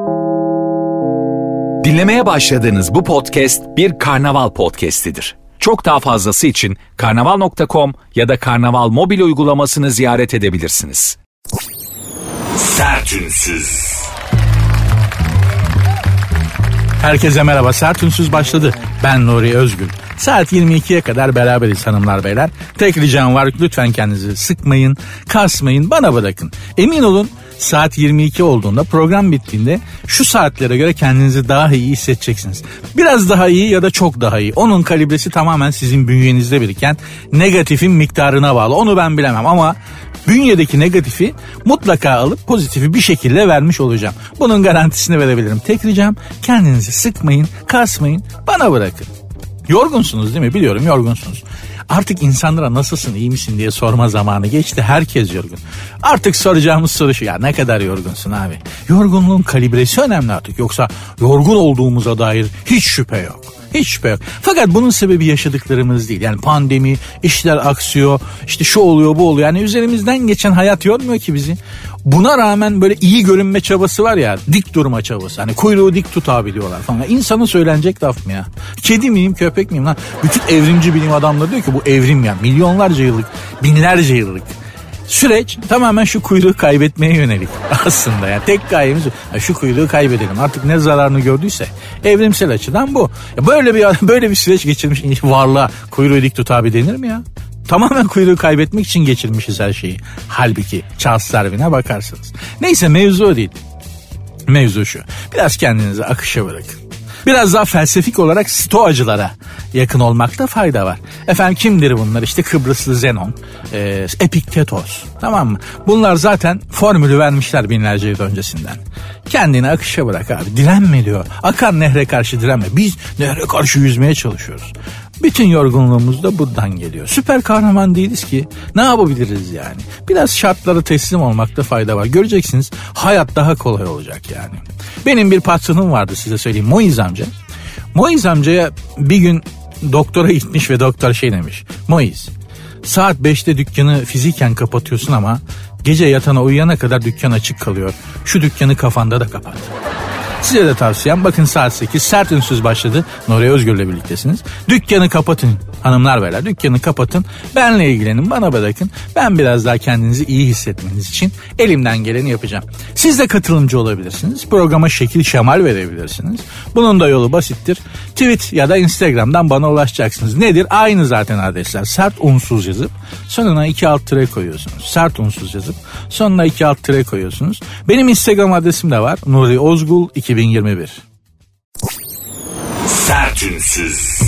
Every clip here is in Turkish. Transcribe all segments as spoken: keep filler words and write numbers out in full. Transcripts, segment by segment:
Dinlemeye başladığınız bu podcast bir karnaval podcastidir. Çok daha fazlası için karnaval nokta com ya da karnaval mobil uygulamasını ziyaret edebilirsiniz. Sertünsüz. Herkese merhaba. Sertünsüz başladı. Ben Nuri Özgül. Saat yirmi ikiye kadar beraberiz hanımlar beyler. Tek ricam var, lütfen kendinizi sıkmayın, kasmayın, bana bırakın. Emin olun saat yirmi iki olduğunda, program bittiğinde şu saatlere göre kendinizi daha iyi hissedeceksiniz. Biraz daha iyi ya da çok daha iyi. Onun kalibresi tamamen sizin bünyenizde biriken negatifin miktarına bağlı. Onu ben bilemem ama bünyedeki negatifi mutlaka alıp pozitifi bir şekilde vermiş olacağım. Bunun garantisini verebilirim. Tek ricam kendinizi sıkmayın, kasmayın, bana bırakın. Yorgunsunuz değil mi? Biliyorum yorgunsunuz. Artık insanlara nasılsın, iyi misin diye sorma zamanı geçti. Herkes yorgun. Artık soracağımız soru şu: ya ne kadar yorgunsun abi? Yorgunluğun kalibresi önemli artık. Yoksa yorgun olduğumuza dair hiç şüphe yok. Hiç şüphe yok. Fakat bunun sebebi yaşadıklarımız değil. Yani pandemi, işler aksıyor, işte şu oluyor bu oluyor. Yani üzerimizden geçen hayat yormuyor ki bizi. Buna rağmen böyle iyi görünme çabası var ya, dik durma çabası. Hani kuyruğu dik tutabiliyorlar falan. İnsanın söylenecek laf mı ya? Kedi miyim, köpek miyim lan? Bütün evrimci bilim adamları diyor ki bu evrim ya. Milyonlarca yıllık, binlerce yıllık süreç tamamen şu kuyruğu kaybetmeye yönelik aslında. Yani tek gayemiz şu kuyruğu kaybedelim. Artık ne zararını gördüyse evrimsel açıdan bu. Böyle bir böyle bir süreç geçirmiş varlığa kuyruğu dik tut abi denir mi ya? Tamamen kuyruğu kaybetmek için geçirmişiz her şeyi. Halbuki Charles Darwin'e bakarsınız. Neyse, mevzu o değil. Mevzu şu: biraz kendinizi akışa bırakın. Biraz daha felsefik olarak stoacılara yakın olmakta fayda var. Efendim kimdir bunlar? İşte Kıbrıslı Zenon, e, Epiktetos, tamam mı? Bunlar zaten formülü vermişler binlerce yıl öncesinden. Kendini akışa bırak abi. Direnme diyor. Akan nehre karşı direnme. Biz nehre karşı yüzmeye çalışıyoruz. Bütün yorgunluğumuz da buradan geliyor. Süper kahraman değiliz ki. Ne yapabiliriz yani? Biraz şartlara teslim olmakta fayda var. Göreceksiniz hayat daha kolay olacak yani. Benim bir patronum vardı, size söyleyeyim. Moiz amca. Moiz amcaya bir gün doktora gitmiş ve doktor şey demiş: Moiz, saat beşte dükkanı fiziken kapatıyorsun ama gece yatana uyuyana kadar dükkan açık kalıyor. Şu dükkanı kafanda da kapat. Size de tavsiyem, bakın saat sekiz, Sertünsüz başladı. Nuri Özgür'le birliktesiniz. Dükkanı kapatın hanımlar beyler, dükkanı kapatın. Benle ilgilenin, bana bırakın. Ben biraz daha kendinizi iyi hissetmeniz için elimden geleni yapacağım. Siz de katılımcı olabilirsiniz. Programa şekil şemal verebilirsiniz. Bunun da yolu basittir. Tweet ya da Instagram'dan bana ulaşacaksınız. Nedir? Aynı zaten adresler. Sert unsuz yazıp sonuna iki alt tire koyuyorsunuz. Sert unsuz yazıp sonuna iki alt tire koyuyorsunuz. Benim Instagram adresim de var. Nuri Ozgul iki bin yirmi bir. Sertünsüz.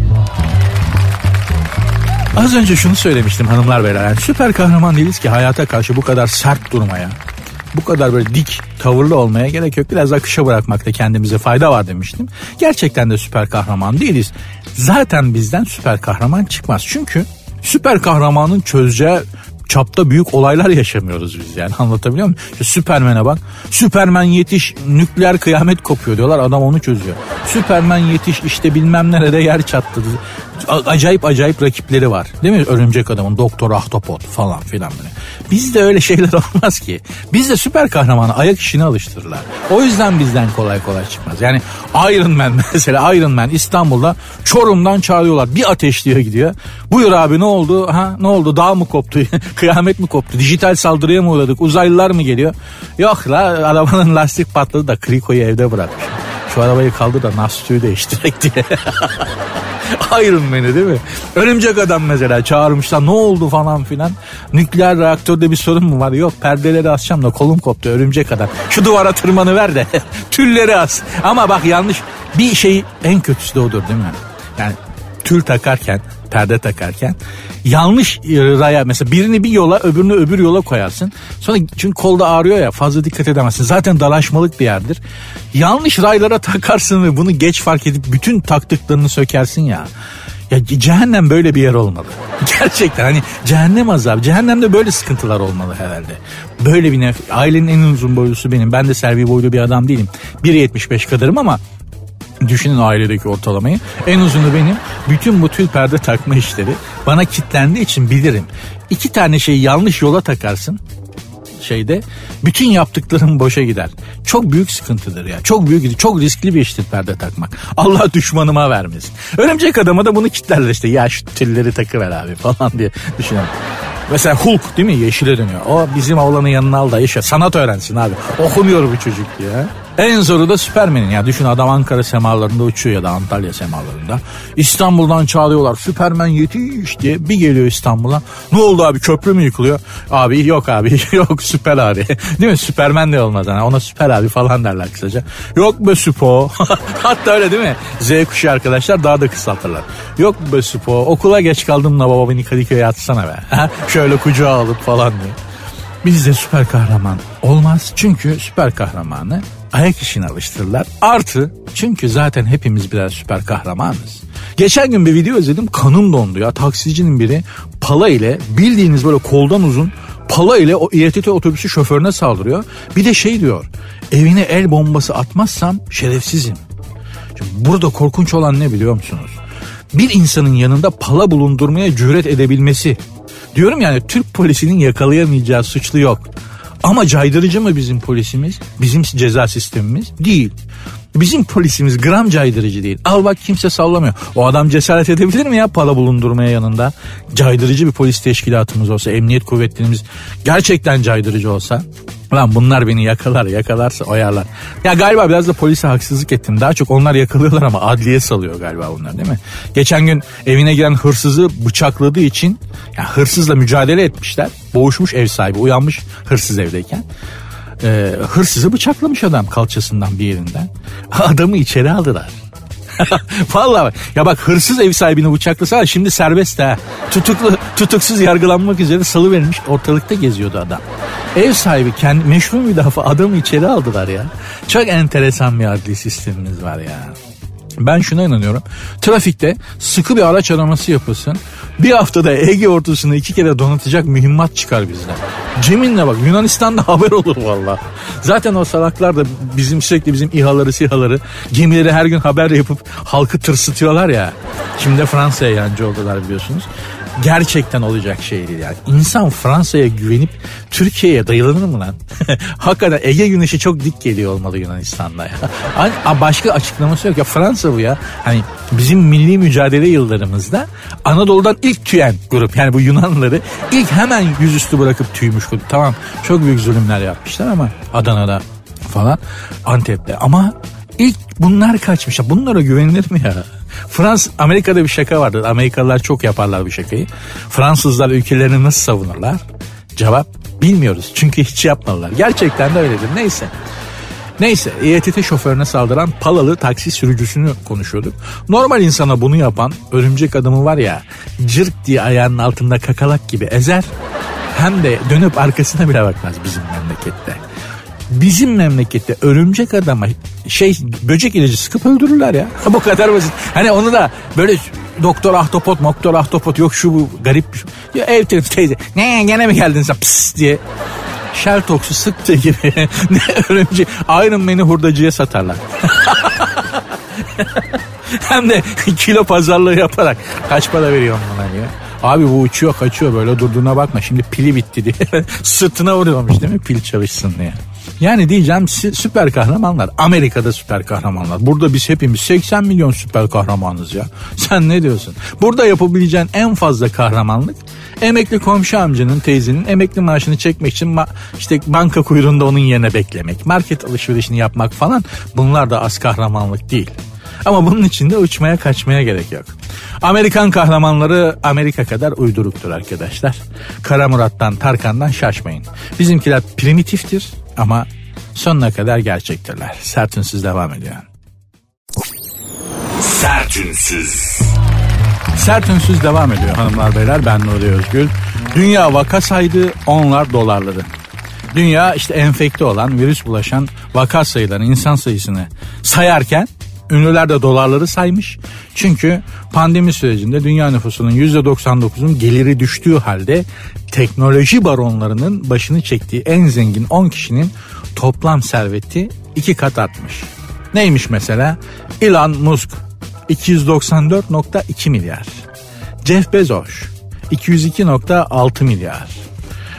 Az önce şunu söylemiştim hanımlar beyler. Yani süper kahraman değiliz ki hayata karşı bu kadar sert durmaya, bu kadar böyle dik tavırlı olmaya gerek yok. Biraz akışa bırakmakta kendimize fayda var demiştim. Gerçekten de süper kahraman değiliz. Zaten bizden süper kahraman çıkmaz. Çünkü süper kahramanın çözeceği çapta büyük olaylar yaşamıyoruz biz yani, anlatabiliyor muyum? İşte Süpermen'e bak. Süpermen yetiş, nükleer kıyamet kopuyor diyorlar, adam onu çözüyor. Süpermen yetiş, işte bilmem nerede yer çatladı. Acayip acayip rakipleri var değil mi? Örümcek Adam'ın, Doktor Ahtapot falan filan böyle. Bizde öyle şeyler olmaz ki. Bizde süper kahramanı ayak işine alıştırırlar. O yüzden bizden kolay kolay çıkmaz. Yani Iron Man mesela, Iron Man İstanbul'da Çorum'dan çağırıyorlar. Bir ateşliyor gidiyor. Buyur abi, ne oldu? Ha ne oldu? Dağ mı koptu? Kıyamet mi koptu? Dijital saldırıya mı uğradık? Uzaylılar mı geliyor? Yok la, arabanın lastik patladı da Kriko'yu evde bırakmış. Şu arabayı kaldı da nastüyü değiştirek diye. Iron Man'i değil mi? Örümcek Adam mesela çağırmışlar, ne oldu falan filan. Nükleer reaktörde bir sorun mu var? Yok, perdeleri asacağım da kolum koptu Örümcek Adam. Şu duvara tırmanıver de tülleri as. Ama bak yanlış bir şey, en kötüsü de odur değil mi? Yani tül takarken, perde takarken yanlış raya, mesela birini bir yola öbürünü öbür yola koyarsın. Sonra çünkü kolda ağrıyor ya, fazla dikkat edemezsin. Zaten dalaşmalık bir yerdir. Yanlış raylara takarsın ve bunu geç fark edip bütün taktıklarını sökersin ya. Ya cehennem böyle bir yer olmalı. Gerçekten hani cehennem azabı. Cehennemde böyle sıkıntılar olmalı herhalde. Böyle bir nef- ailenin en uzun boylusu benim. Ben de servi boylu bir adam değilim. bir yetmiş beş kadarım ama düşünün ailedeki ortalamayı. En uzunu benim. Bütün bu tül perde takma işleri bana kitlendiği için bilirim. İki tane şeyi yanlış yola takarsın. şeyde bütün yaptıklarım boşa gider. Çok büyük sıkıntıdır ya. Çok büyük, çok riskli bir iştir perde takmak. Allah düşmanıma vermesin. Örümcek Adam'a da bunu kitlerler işte. Ya şu tülleri takıver abi falan diye düşünüyorum. Mesela Hulk değil mi? Yeşile dönüyor. O bizim oğlanın yanına al da yaşa. Sanat öğrensin abi. Okumuyor bu çocuk diye. En zoru da Süpermen'in. Ya düşün, adam Ankara semalarında uçuyor ya da Antalya semalarında. İstanbul'dan çağırıyorlar. Süpermen yetiş diye bir geliyor İstanbul'a. Ne oldu abi, köprü mü yıkılıyor? Abi yok abi yok Süper abi. Değil mi? Süpermen de olmaz. Yani ona Süper abi falan derler kısaca. Yok be Süpo. Hatta öyle değil mi? Z kuşu arkadaşlar daha da kısaltırlar. Yok be Süpo. Okula geç kaldım da baba beni Kadıköy'e atsana be. Şöyle kucağa alıp falan diye. Bizde süper kahraman olmaz. Çünkü süper kahramanı ayak işine alıştırırlar. Artı çünkü zaten hepimiz birer süper kahramanız. Geçen gün bir video izledim, kanım dondu ya. Taksicinin biri pala ile, bildiğiniz böyle koldan uzun pala ile o İ T T otobüsü şoförüne saldırıyor. Bir de şey diyor, evine el bombası atmazsam şerefsizim. Şimdi burada korkunç olan ne biliyor musunuz? Bir insanın yanında pala bulundurmaya cüret edebilmesi. Diyorum yani Türk polisinin yakalayamayacağı suçlu yok. Ama caydırıcı mı bizim polisimiz? Bizim ceza sistemimiz? Değil. Bizim polisimiz gram caydırıcı değil. Al bak kimse sallamıyor. O adam cesaret edebilir mi ya pala bulundurmaya yanında? Caydırıcı bir polis teşkilatımız olsa, emniyet kuvvetlerimiz gerçekten caydırıcı olsa. Lan bunlar beni yakalar, yakalarsa oyarlar. Ya galiba biraz da polise haksızlık ettim. Daha çok onlar yakalıyorlar ama adliye salıyor galiba bunlar, değil mi? Geçen gün evine giren hırsızı bıçakladığı için ya hırsızla mücadele etmişler. Boğuşmuş ev sahibi, uyanmış hırsız evdeyken. Ee, hırsızı bıçaklamış adam kalçasından bir yerinden. Adamı içeri aldılar. Vallahi bak. Ya bak, hırsız ev sahibini bıçaklasa şimdi serbest ha. Tutuklu, tutuksuz yargılanmak üzere salıverilmiş, ortalıkta geziyordu adam. Ev sahibi kendi meşru müdafaa, adamı içeri aldılar ya. Çok enteresan bir adli sistemimiz var ya. Ben şuna inanıyorum. Trafikte sıkı bir araç araması yapılsın. Bir haftada Ege ortasını iki kere donatacak mühimmat çıkar bizden. Ceminle bak, Yunanistan'da haber olur valla. Zaten o salaklar da bizim sürekli bizim İHA'ları SİHA'ları, gemileri her gün haber yapıp halkı tırsıtıyorlar ya. Şimdi de Fransa'ya yancı oldular biliyorsunuz. Gerçekten olacak şey değil yani. İnsan Fransa'ya güvenip Türkiye'ye dayılanır mı lan? Hakikaten Ege güneşi çok dik geliyor olmalı Yunanistan'da ya. Başka açıklaması yok ya, Fransa bu ya. Hani bizim milli mücadele yıllarımızda Anadolu'dan ilk tüyen grup, yani bu Yunanlıları ilk hemen yüzüstü bırakıp tüymüş grup. Tamam, çok büyük zulümler yapmışlar ama Adana'da falan, Antep'te, ama ilk bunlar kaçmışlar. Bunlara güvenilir mi ya? Fransız, Amerika'da bir şaka vardır. Amerikalılar çok yaparlar bu şakayı. Fransızlar ülkelerini nasıl savunurlar? Cevap bilmiyoruz. Çünkü hiç yapmadılar. Gerçekten de öyledir. Neyse. Neyse, İ T T şoförüne saldıran palalı taksi sürücüsünü konuşuyorduk. Normal insana bunu yapan örümcek adamı var ya, cırt diye ayağının altında kakalak gibi ezer. Hem de dönüp arkasına bile bakmaz bizim memlekette. Bizim memlekette örümcek adama şey böcek ilacı sıkıp öldürürler ya. Bu kadar basit. Hani onu da böyle doktor ahtapot, doktor ahtapot, yok şu bu garip. Ya ev teyze, ne gene mi geldin sen pıs diye. Sheltox'u sıktığı gibi ne örümcek, Iron Man'i hurdacıya satarlar. Hem de kilo pazarlığı yaparak kaç para veriyorsun buna diye. Abi bu uçuyor kaçıyor, böyle durduğuna bakma, şimdi pili bitti diye sırtına vuruyormuş değil mi, pil çalışsın diye. Yani diyeceğim süper kahramanlar. Amerika'da süper kahramanlar. Burada biz hepimiz seksen milyon süper kahramanız ya. Sen ne diyorsun? Burada yapabileceğin en fazla kahramanlık emekli komşu amcanın, teyzenin emekli maaşını çekmek için ma- işte banka kuyruğunda onun yerine beklemek, market alışverişini yapmak falan, bunlar da az kahramanlık değil. Ama bunun için de uçmaya kaçmaya gerek yok. Amerikan kahramanları Amerika kadar uyduruktur arkadaşlar. Kara Murat'tan, Tarkan'dan şaşmayın. Bizimkiler primitiftir ama sonuna kadar gerçektirler. Sertünsüz devam ediyor. Sertünsüz. Sertünsüz devam ediyor hanımlar beyler, ben Nuri Özgül. Dünya vaka saydı, onlar dolarladı. Dünya işte enfekte olan, virüs bulaşan vaka sayılarını, insan sayısını sayarken ünlüler de dolarları saymış. Çünkü pandemi sürecinde dünya nüfusunun yüzde doksan dokuzun geliri düştüğü halde teknoloji baronlarının başını çektiği en zengin on kişinin toplam serveti iki kat artmış. Neymiş mesela? Elon Musk iki yüz doksan dört virgül iki milyar. Jeff Bezos iki yüz iki virgül altı milyar.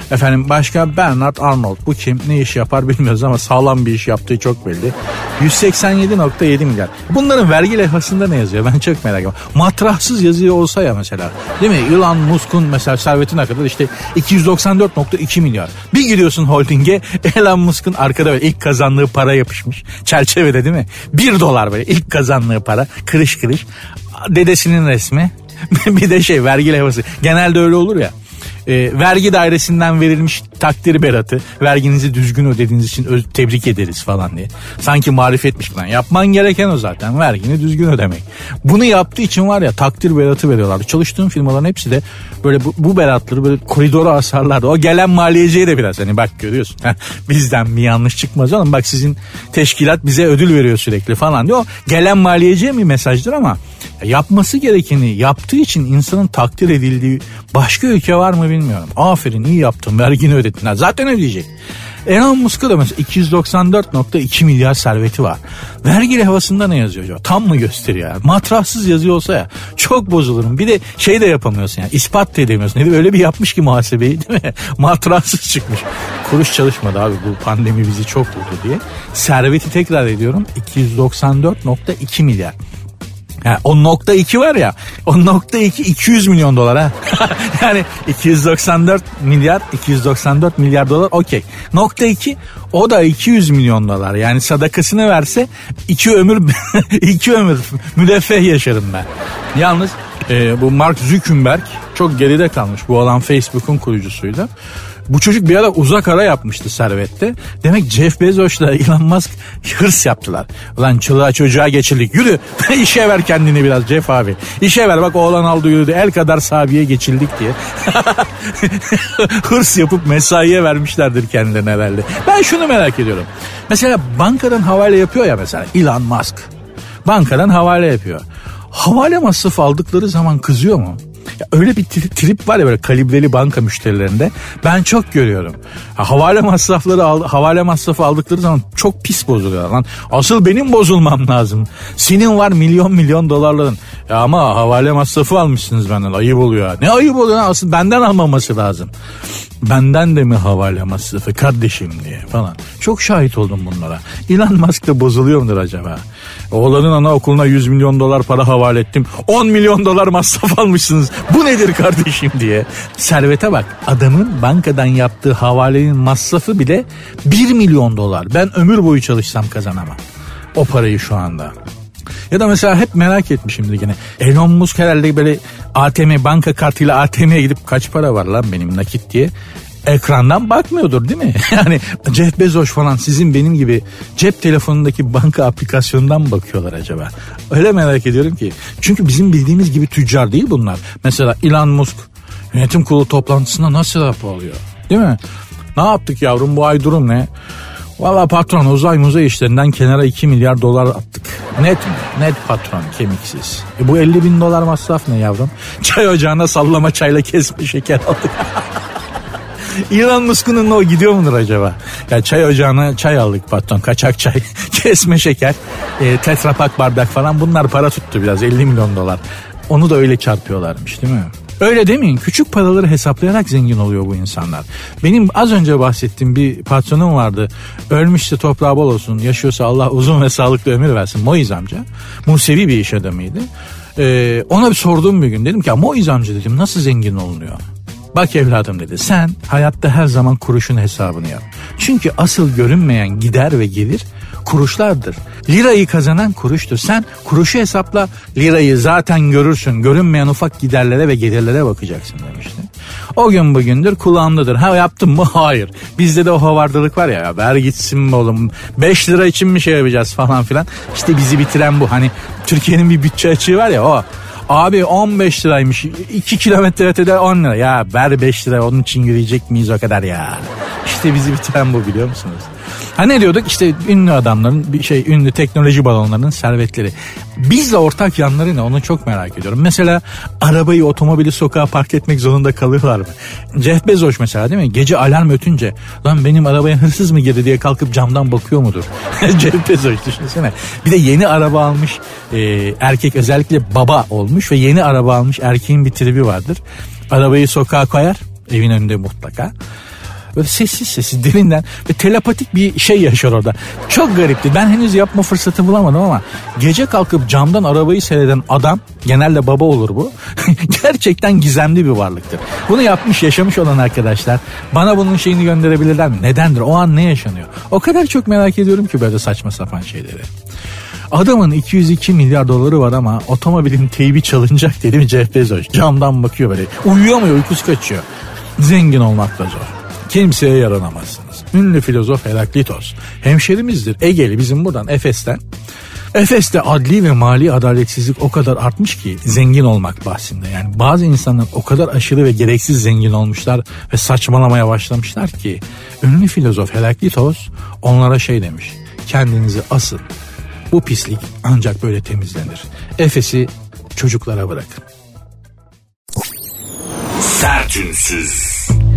Efendim başka Bernard Arnold. Bu kim? Ne iş yapar bilmiyoruz ama sağlam bir iş yaptığı çok belli. yüz seksen yedi virgül yedi milyar. Bunların vergi levhasında ne yazıyor? Ben çok merak ediyorum. Matrahsız yazıyor olsa ya mesela. Değil mi? Elon Musk'un mesela servetine kadar işte iki yüz doksan dört virgül iki milyar. Bir gidiyorsun holdinge, Elon Musk'un arkada böyle ilk kazandığı para yapışmış. Çerçevede değil mi? Bir dolar böyle ilk kazandığı para. Kırış kırış. Dedesinin resmi. Bir de şey vergi levhası. Genelde öyle olur ya. E, vergi dairesinden verilmiş takdir beratı, verginizi düzgün ödediğiniz için öz, tebrik ederiz falan diye. Sanki marifetmiş falan. Yapman gereken o zaten, vergini düzgün ödemek. Bunu yaptığı için var ya takdir beratı veriyorlardı. Çalıştığım firmaların hepsi de böyle bu, bu beratları böyle koridora asarlardı. O gelen maliyeciye de biraz hani bak görüyorsun bizden bir yanlış çıkmaz oğlum, bak sizin teşkilat bize ödül veriyor sürekli falan diyor. O gelen maliyeciye bir mesajdır ama yapması gerekeni yaptığı için insanın takdir edildiği başka ülke var mı bilmiyorum. Aferin, iyi yaptın, vergini ödedin. Zaten ödeyecek. Elon Musk'a da mesela iki yüz doksan dört virgül iki milyar serveti var. Vergi levhasında ne yazıyor acaba? Tam mı gösteriyor? Yani? Matrahsız yazıyor olsa ya çok bozulurum. Bir de şey de yapamıyorsun yani, ispat da edemiyorsun. Ne öyle bir yapmış ki muhasebeyi değil mi? Matrahsız çıkmış. Kuruş çalışmadı abi, bu pandemi bizi çok vurdu diye. Serveti tekrar ediyorum iki yüz doksan dört virgül iki milyar. Yani o nokta iki var ya, o nokta iki iki yüz milyon dolar ha. Yani iki yüz doksan dört milyar, iki yüz doksan dört milyar dolar okey. Nokta iki o da iki yüz milyon dolar. Yani sadakasını verse iki ömür iki ömür müreffeh yaşarım ben. Yalnız e, bu Mark Zuckerberg çok geride kalmış. Bu olan Facebook'un kurucusuydu. Bu çocuk bir ara uzak ara yapmıştı servette. Demek Jeff Bezos'la Elon Musk hırs yaptılar. Ulan çoluğa çocuğa geçirdik. Yürü işe ver kendini biraz Jeff abi. İşe ver bak oğlan aldı yürüdü. El kadar sahabeye geçildik diye. Hırs yapıp mesaiye vermişlerdir kendilerine herhalde. Ben şunu merak ediyorum. Mesela bankadan havale yapıyor ya mesela Elon Musk. Bankadan havale yapıyor. Havale masrafı aldıkları zaman kızıyor mu? Ya öyle bir trip var ya böyle kalibreli banka müşterilerinde. Ben çok görüyorum. Ha, havale masrafları al, havale masrafı aldıkları zaman çok pis bozuluyor lan. Asıl benim bozulmam lazım. Senin var milyon milyon dolarların. Ya ama havale masrafı almışsınız benden. Ayıp oluyor. Ne ayıp oluyor? Asıl benden almaması lazım. Benden de mi havale masrafı kardeşim diye falan. Çok şahit oldum bunlara. Elon Musk da bozuluyor mudur acaba? Oğlanın anaokuluna yüz milyon dolar para havale ettim. on milyon dolar masraf almışsınız. Bu nedir kardeşim diye. Servete bak. Adamın bankadan yaptığı havalenin masrafı bile bir milyon dolar. Ben ömür boyu çalışsam kazanamam o parayı şu anda. Ya da mesela hep merak etmişimdir gene. Elon Musk herhalde böyle A T M banka kartıyla A T M'ye gidip kaç para var lan benim nakit diye ekrandan bakmıyordur değil mi? Yani Jeff Bezos falan sizin benim gibi cep telefonundaki banka aplikasyonundan mı bakıyorlar acaba? Öyle merak ediyorum ki. Çünkü bizim bildiğimiz gibi tüccar değil bunlar. Mesela Elon Musk yönetim kurulu toplantısında nasıl rapor alıyor? Değil mi? Ne yaptık yavrum, bu ay durum ne? Valla patron uzay muzay işlerinden kenara iki milyar dolar attık. Net mi? Net patron, kemiksiz. E bu elli bin dolar masraf ne yavrum? Çay ocağına sallama çayla kesme şeker aldık. Elon Musk'un o gidiyor mudur acaba? Ya çay ocağına çay aldık patron, kaçak çay, kesme şeker, e, tetrapak bardak falan, bunlar para tuttu biraz, elli milyon dolar. Onu da öyle çarpıyorlarmış değil mi? Öyle demeyin, küçük paraları hesaplayarak zengin oluyor bu insanlar. Benim az önce bahsettiğim bir patronum vardı. Ölmüşse toprağı bol olsun, yaşıyorsa Allah uzun ve sağlıklı ömür versin. Moiz amca. Musevi bir iş adamıydı. Ee, ona bir sorduğum bir gün dedim ki Moiz amca dedim, nasıl zengin olunuyor? Bak evladım dedi, sen hayatta her zaman kuruşun hesabını yap. Çünkü asıl görünmeyen gider ve gelir kuruşlardır. Lirayı kazanan kuruştur. Sen kuruşu hesapla, lirayı zaten görürsün. Görünmeyen ufak giderlere ve gelirlere bakacaksın demişti. O gün bugündür kulağımdadır. Ha yaptım mı? Hayır. Bizde de o havardılık var ya, ver gitsin mi oğlum, beş lira için mi şey yapacağız falan filan. İşte bizi bitiren bu. Hani Türkiye'nin bir bütçe açığı var ya, o. Abi on beş liraymış, iki kilometre ötede on lira. Ya ver beş lira, onun için yürüyecek miyiz o kadar ya. İşte bizi bitiren bu, biliyor musunuz? Ha ne diyorduk? İşte ünlü adamların, bir şey, ünlü teknoloji balonlarının servetleri. Bizle ortak yanları ne? Onu çok merak ediyorum. Mesela arabayı, otomobili sokağa park etmek zorunda kalıyorlar mı? Jeff Bezos mesela değil mi? Gece alarm ötünce lan benim arabaya hırsız mı girdi diye kalkıp camdan bakıyor mudur? Jeff Bezos düşünsene. Bir de yeni araba almış e, erkek, özellikle baba olmuş ve yeni araba almış erkeğin bir tribi vardır. Arabayı sokağa koyar, evin önünde mutlaka. Böyle sessiz sessiz derinden ve telepatik bir şey yaşar orada. Çok garipti. Ben henüz yapma fırsatı bulamadım ama gece kalkıp camdan arabayı seyreden adam, genelde baba olur bu, gerçekten gizemli bir varlıktır. Bunu yapmış, yaşamış olan arkadaşlar bana bunun şeyini gönderebilirler mi? Nedendir? O an ne yaşanıyor? O kadar çok merak ediyorum ki böyle saçma sapan şeyleri. Adamın iki yüz iki milyar doları var ama otomobilin teybi çalınacak dedi mi Jeff Bezos. Camdan bakıyor böyle. Uyuyamıyor, uykusu kaçıyor. Zengin olmak da zor. Kimseye yaranamazsınız. Ünlü filozof Heraklitos hemşerimizdir. Egeli, bizim buradan Efes'ten. Efes'te adli ve mali adaletsizlik o kadar artmış ki zengin olmak bahsinde. Yani bazı insanlar o kadar aşırı ve gereksiz zengin olmuşlar ve saçmalamaya başlamışlar ki ünlü filozof Heraklitos onlara şey demiş: kendinizi asın. Bu pislik ancak böyle temizlenir. Efes'i çocuklara bırakın. Sertünsüz.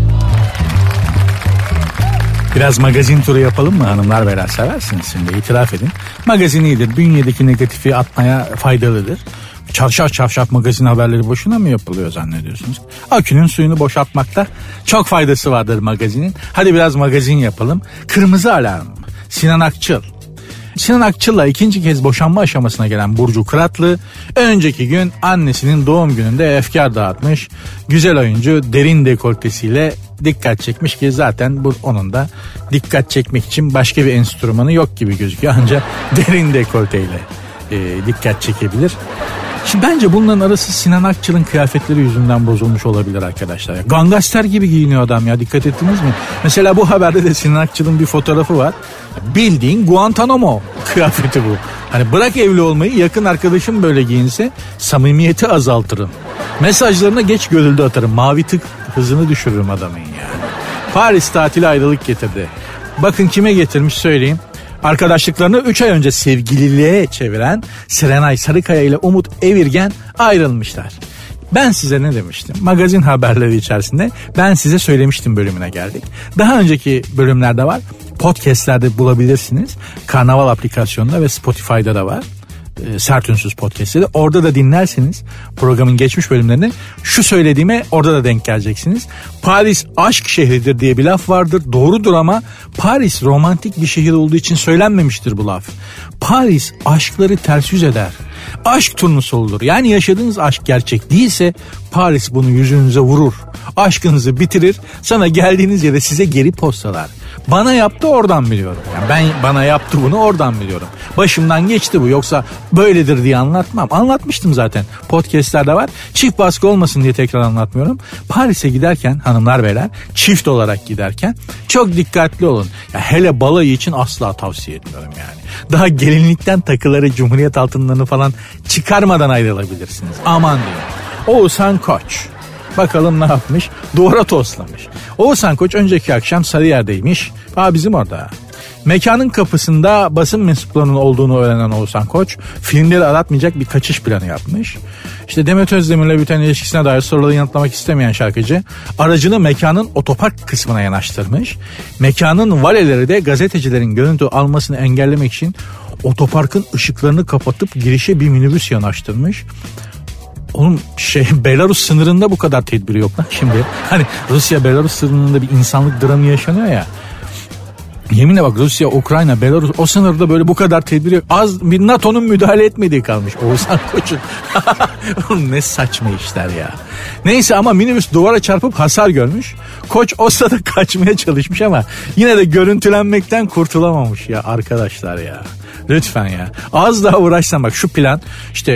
Biraz magazin turu yapalım mı hanımlar beyler, seversiniz şimdi, itiraf edin. Magazin iyidir, bünyedeki negatifi atmaya faydalıdır. Çarşaf çarşaf magazin haberleri boşuna mı yapılıyor zannediyorsunuz? Akünün suyunu boşaltmakta çok faydası vardır magazinin. Hadi biraz magazin yapalım. Kırmızı Alarm, Sinan Akçıl. Sinan Akçıl'la ikinci kez boşanma aşamasına gelen Burcu Kıratlı önceki gün annesinin doğum gününde efkar dağıtmış. Güzel oyuncu derin dekoltesiyle dikkat çekmiş ki zaten bu onun da dikkat çekmek için başka bir enstrümanı yok gibi gözüküyor. Ancak derin dekolteyle e, dikkat çekebilir. Şimdi bence bunların arası Sinan Akçıl'ın kıyafetleri yüzünden bozulmuş olabilir arkadaşlar. Ya, gangster gibi giyiniyor adam ya, dikkat ettiniz mi? Mesela bu haberde de Sinan Akçıl'ın bir fotoğrafı var. Bildiğin Guantanamo kıyafeti bu. Hani bırak evli olmayı, yakın arkadaşım böyle giyinse samimiyeti azaltırım. Mesajlarına geç görüldü atarım. Mavi tık hızını düşürürüm adamın yani. Paris tatili ayrılık getirdi. Bakın kime getirmiş söyleyeyim. Arkadaşlıklarını üç ay önce sevgililiğe çeviren Serenay Sarıkaya ile Umut Evirgen ayrılmışlar. Ben size ne demiştim? Magazin haberleri içerisinde ben size söylemiştim bölümüne geldik. Daha önceki bölümlerde var. Podcast'lerde bulabilirsiniz. Karnaval aplikasyonunda ve Spotify'da da var. E, Sertünsüz Podcast'te de. Orada da dinlersiniz programın geçmiş bölümlerini. Şu söylediğime orada da denk geleceksiniz. Paris aşk şehridir diye bir laf vardır. Doğrudur ama Paris romantik bir şehir olduğu için söylenmemiştir bu laf. Paris aşkları ters yüz eder. Aşk turnusu olur. Yani yaşadığınız aşk gerçek değilse Paris bunu yüzünüze vurur. Aşkınızı bitirir. Sana geldiğiniz yere size geri postalar. Bana yaptı, oradan biliyorum. Yani ben bana yaptı bunu, oradan biliyorum. Başımdan geçti bu, yoksa böyledir diye anlatmam. Anlatmıştım zaten. Podcast'lerde var. Çift baskı olmasın diye tekrar anlatmıyorum. Paris'e giderken hanımlar beyler, çift olarak giderken çok dikkatli olun. Ya hele balayı için asla tavsiye etmiyorum yani. Daha gelinlikten takıları, cumhuriyet altınlarını falan çıkarmadan ayrılabilirsiniz. Aman diyeyim. Oğuzhan Koç. Bakalım ne yapmış? Duvara toslamış. Oğuzhan Koç önceki akşam Sarıyer'deymiş. Aa, bizim orada. Mekanın kapısında basın mensuplarının olduğunu öğrenen Oğuzhan Koç filmleri aratmayacak bir kaçış planı yapmış. İşte Demet Özdemir'le biten ilişkisine dair soruları yanıtlamak istemeyen şarkıcı aracını mekanın otopark kısmına yanaştırmış. Mekanın valeleri de gazetecilerin görüntü almasını engellemek için otoparkın ışıklarını kapatıp girişe bir minibüs yanaştırmış. Oğlum şey, Belarus sınırında bu kadar tedbiri yok lan şimdi. Hani Rusya Belarus sınırında bir insanlık dramı yaşanıyor ya. Yeminle bak, Rusya, Ukrayna, Belarus, o sınırda böyle bu kadar tedbir yok. Az bir NATO'nun müdahale etmediği kalmış. Oğuzhan Koç'un. Ne saçma işler ya. Neyse ama minibüs duvara çarpıp hasar görmüş. Koç o sırada kaçmaya çalışmış ama yine de görüntülenmekten kurtulamamış ya arkadaşlar ya. Lütfen ya. Az daha uğraşsan bak, şu plan işte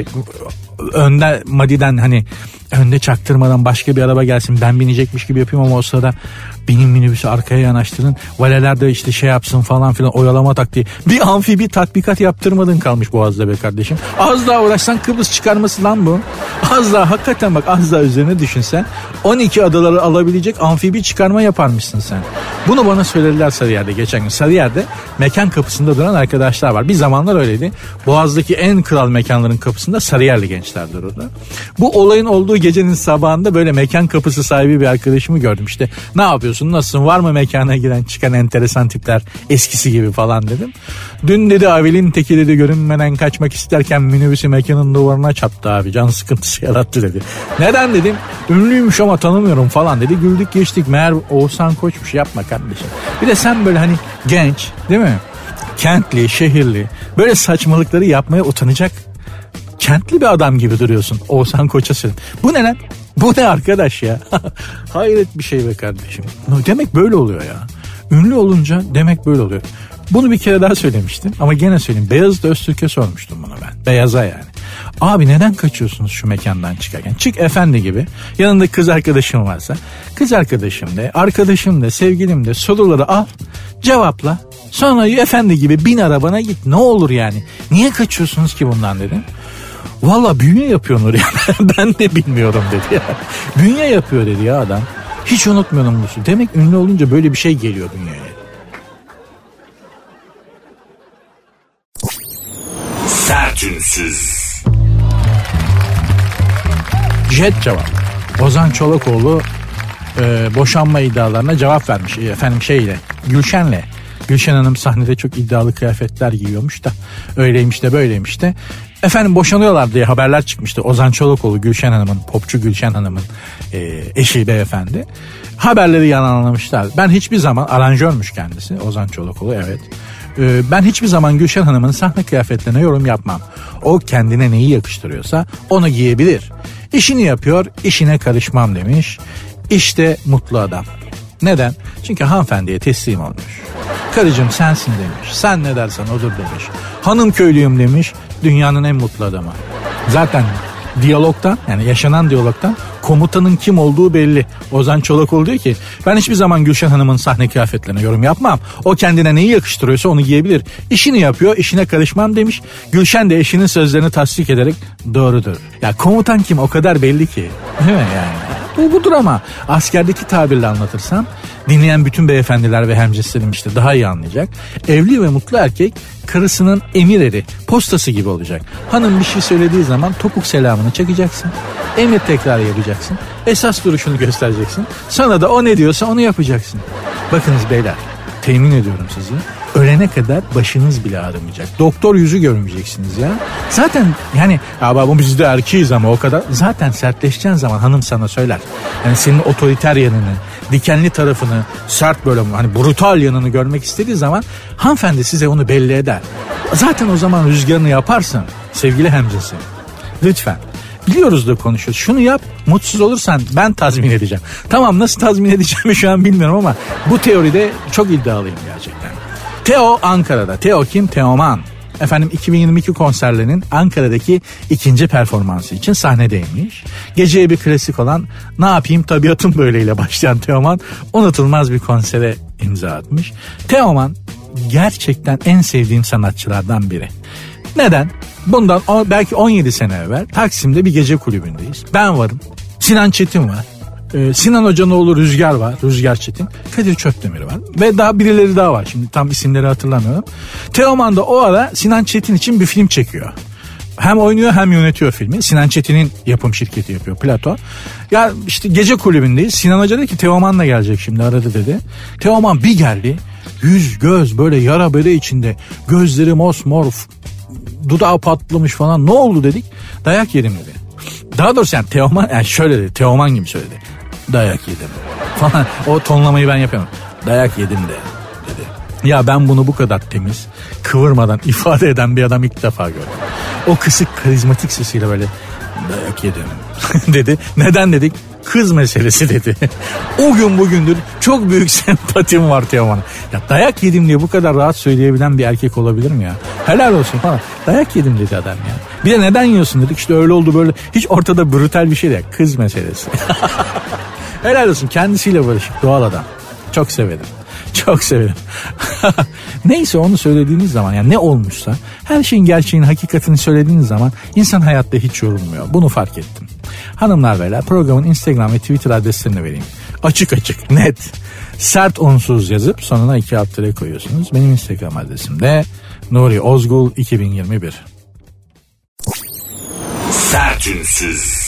önde madiden hani önde çaktırmadan başka bir araba gelsin, ben binecekmiş gibi yapayım ama o sırada benim minibüsü arkaya yanaştırın, valeler de işte şey yapsın falan filan, oyalama taktiği. Bir amfibi tatbikat yaptırmadın kalmış Boğaz'da be kardeşim. Az daha uğraşsan Kıbrıs çıkarması lan bu. Az daha hakikaten bak, az daha üzerine düşünsen on iki adaları alabilecek amfibi çıkarma yaparmışsın sen. Bunu bana söylediler Sarıyer'de geçen gün. Sarıyer'de mekan kapısında duran arkadaşlar var. Bir zamanlar öyleydi. Boğaz'daki en kral mekanların kapısında Sarıyerli gençler dururdu. Bu olayın olduğu gecenin sabahında böyle mekan kapısı sahibi bir arkadaşımı gördüm. İşte ne yapıyorsun, nasılsın, var mı mekana giren çıkan enteresan tipler eskisi gibi falan dedim. Dün dedi Avelin teki dedi görünmeden kaçmak isterken minibüsü mekanın duvarına çattı abi. Can sıkıntısı yarattı dedi. Neden dedim. Ünlüymüş ama tanımıyorum falan dedi. Güldük geçtik. Meğer Oğuzhan Koç'muş, yapma kardeşim. Bir de sen böyle hani genç değil mi? Kentli, şehirli. Böyle saçmalıkları yapmaya utanacak. Kentli bir adam gibi duruyorsun. Oğuzhan Koç'a söyleyeyim. Bu ne lan? Bu ne arkadaş ya? Hayret bir şey be kardeşim. Demek böyle oluyor ya. Ünlü olunca demek böyle oluyor. Bunu bir kere daha söylemiştim ama gene söyleyeyim. Beyazıt Öztürk'e sormuştum bunu ben. Beyaz'a yani. Abi neden kaçıyorsunuz şu mekandan çıkarken? Çık efendi gibi. Yanında kız arkadaşım varsa. Kız arkadaşım de, arkadaşım de, sevgilim de soruları al. Cevapla. Sonra efendi gibi bin arabana git. Ne olur yani. Niye kaçıyorsunuz ki bundan dedim. Valla bünye yapıyor Nuri. Ben de bilmiyorum dedi ya. Bünye yapıyor dedi ya adam. Hiç unutmuyorum bunu. Demek ünlü olunca böyle bir şey geliyor bünyeye. Sertünsüz. Jet cevap. Ozan Çolakoğlu e, boşanma iddialarına cevap vermiş. E, efendim şeyle, Gülşen'le. Gülşen Hanım sahnede çok iddialı kıyafetler giyiyormuş da öyleymiş de böyleymiş de. Efendim boşanıyorlar diye haberler çıkmıştı. Ozan Çolakoğlu, Gülşen Hanım'ın, popçu Gülşen Hanım'ın e, eşi beyefendi. Haberleri yalanlamışlar. Ben hiçbir zaman, aranjörmüş kendisi Ozan Çolakoğlu, evet. E, ben hiçbir zaman Gülşen Hanım'ın sahne kıyafetlerine yorum yapmam. O kendine neyi yakıştırıyorsa onu giyebilir. İşini yapıyor, işine karışmam demiş. İşte mutlu adam. Neden? Çünkü hanımefendiye teslim olmuş. Karıcığım sensin demiş. Sen ne dersen odur demiş. Hanım köylüyüm demiş. Dünyanın en mutlu adamı. Zaten diyalogtan, yani yaşanan diyalogtan komutanın kim olduğu belli. Ozan Çolakoğlu diyor ki ben hiçbir zaman Gülşen Hanım'ın sahne kıyafetlerine yorum yapmam. O kendine neyi yakıştırıyorsa onu giyebilir. İşini yapıyor, işine karışmam demiş. Gülşen de eşinin sözlerini tasdik ederek doğrudur. Ya komutan kim o kadar belli ki. Değil mi yani? Bu budur ama askerdeki tabirle anlatırsam dinleyen bütün beyefendiler ve hemcinslerim işte daha iyi anlayacak. Evli ve mutlu erkek karısının emir eri, postası gibi olacak. Hanım bir şey söylediği zaman topuk selamını çekeceksin. Emir tekrar yapacaksın. Esas duruşunu göstereceksin. Sonra da o ne diyorsa onu yapacaksın. Bakınız beyler, temin ediyorum sizi. Ölene kadar başınız bile ağrımayacak. Doktor yüzü görmeyeceksiniz ya. Zaten yani ya bu biz de erkeğiz ama o kadar. Zaten sertleşeceğin zaman hanım sana söyler. Yani senin otoriter yanını, dikenli tarafını, sert böyle hani brutal yanını görmek istediği zaman hanımefendi size onu belli eder. Zaten o zaman rüzgarını yaparsın sevgili hemcinsim. Lütfen. Biliyoruz da konuşuyoruz. Şunu yap, mutsuz olursan ben tazmin edeceğim. Tamam, nasıl tazmin edeceğimi şu an bilmiyorum ama bu teoride çok iddialıyım gerçekten. Teo Ankara'da. Teo kim? Teoman. Efendim iki bin yirmi iki konserlerinin Ankara'daki ikinci performansı için sahnedeymiş. Geceye bir klasik olan ne yapayım tabiatım böyleyle başlayan Teoman unutulmaz bir konsere imza atmış. Teoman gerçekten en sevdiğim sanatçılardan biri. Neden? Bundan belki on yedi sene evvel Taksim'de bir gece kulübündeyiz. Ben varım. Sinan Çetin var. Ee, Sinan Hoca'nın oğlu Rüzgar var. Rüzgar Çetin. Kadir Çöpdemir var. Ve daha birileri daha var. Şimdi tam isimleri hatırlamıyorum. Teoman da o ara Sinan Çetin için bir film çekiyor. Hem oynuyor hem yönetiyor filmi. Sinan Çetin'in yapım şirketi yapıyor, Plato. Ya işte gece kulübündeyiz. Sinan Hoca dedi ki Teoman da gelecek şimdi, aradı dedi. Teoman bir geldi. Yüz göz böyle yara bere içinde. Gözleri mosmor, dudağı patlamış falan. Ne oldu dedik. Dayak yedim dedi. Daha doğrusu yani Teoman yani şöyle dedi. Teoman gibi söyledi. Dayak yedim falan. O tonlamayı ben yapıyorum. Dayak yedim de dedi. Ya ben bunu bu kadar temiz, kıvırmadan ifade eden bir adam ilk defa gördüm. O kısık karizmatik sesiyle böyle dayak yedim dedi. Neden dedik? Kız meselesi dedi. O gün bugündür çok büyük sempatim var Teoman'a. Ya dayak yedim diye bu kadar rahat söyleyebilen bir erkek olabilir mi ya? Helal olsun falan. Dayak yedim dedi adam ya. Bir de neden yiyorsun dedik. İşte öyle oldu böyle. Hiç ortada brutal bir şey değil. Kız meselesi. Helal olsun. Kendisiyle barışık. Doğal adam. Çok severim. Çok severim. Neyse, onu söylediğiniz zaman yani ne olmuşsa her şeyin gerçeğini, hakikatini söylediğiniz zaman insan hayatta hiç yorulmuyor. Bunu fark ettim. Hanımlar beyler, programın Instagram ve Twitter adreslerini vereyim. Açık açık, net. Sert unsuz yazıp sonuna iki alt tere koyuyorsunuz. Benim Instagram adresim de Nuri Ozgul iki bin yirmi bir. Sertünsüz.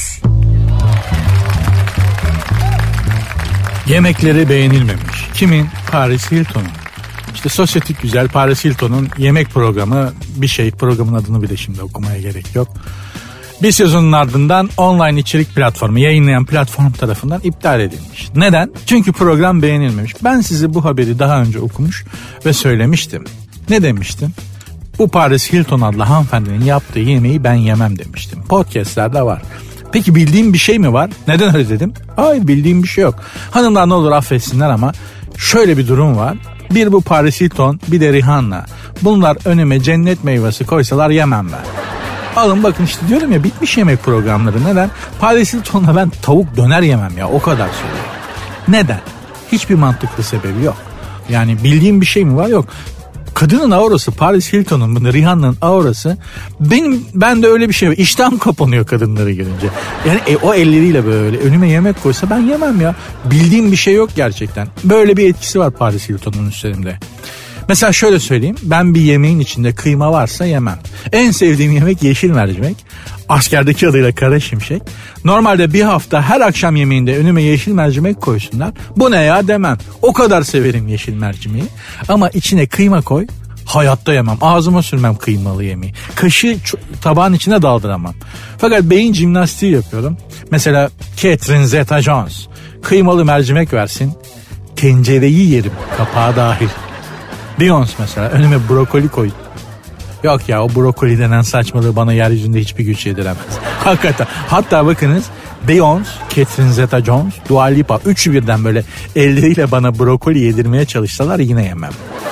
Yemekleri beğenilmemiş. Kimin? Paris Hilton'un. İşte sosyetik güzel Paris Hilton'un yemek programı bir şey. Programın adını bile şimdi okumaya gerek yok. Bir sezonun ardından online içerik platformu, yayınlayan platform tarafından iptal edilmiş. Neden? Çünkü program beğenilmemiş. Ben size bu haberi daha önce okumuş ve söylemiştim. Ne demiştim? Bu Paris Hilton adlı hanımefendinin yaptığı yemeği ben yemem demiştim. Podcast'lerde var. Peki bildiğim bir şey mi var? Neden öyle dedim? Hayır, bildiğim bir şey yok. Hanımlar ne olur affetsinler ama şöyle bir durum var. Bir bu Paris Hilton, bir de Rihanna. Bunlar önüme cennet meyvesi koysalar yemem ben. Alın bakın işte diyorum ya, bitmiş yemek programları. Neden? Paris Hilton'la ben tavuk döner yemem ya, o kadar söylüyorum. Neden? Hiçbir mantıklı sebebi yok. Yani bildiğim bir şey mi var? Yok. Kadının aurası, Paris Hilton'un, bunu Rihanna'nın aurası, benim ben de öyle bir şey var. İştahım kapanıyor kadınları görünce. Yani e, o elleriyle böyle önüme yemek koysa ben yemem ya. Bildiğim bir şey yok gerçekten. Böyle bir etkisi var Paris Hilton'un üstlerimde. Mesela şöyle söyleyeyim, ben bir yemeğin içinde kıyma varsa yemem. En sevdiğim yemek yeşil mercimek. Askerdeki adıyla kara şimşek. Normalde bir hafta her akşam yemeğinde önüme yeşil mercimek koysunlar. Bu ne ya demem. O kadar severim yeşil mercimeği. Ama içine kıyma koy, hayatta yemem. Ağzıma sürmem kıymalı yemeği. Kaşığı tabağın içine daldıramam. Fakat beyin jimnastiği yapıyorum. Mesela Catherine Zeta-Jones kıymalı mercimek versin, tencereyi yerim, kapağı dahil. Beyoncé mesela önüme brokoli koy. Yok ya, o brokoli denen saçmalığı bana yeryüzünde hiçbir güç yediremez. Hakikaten. Hatta bakınız, Beyoncé, Catherine Zeta-Jones, Dua Lipa, üçü birden böyle elleriyle bana brokoli yedirmeye çalışsalar yine yemem.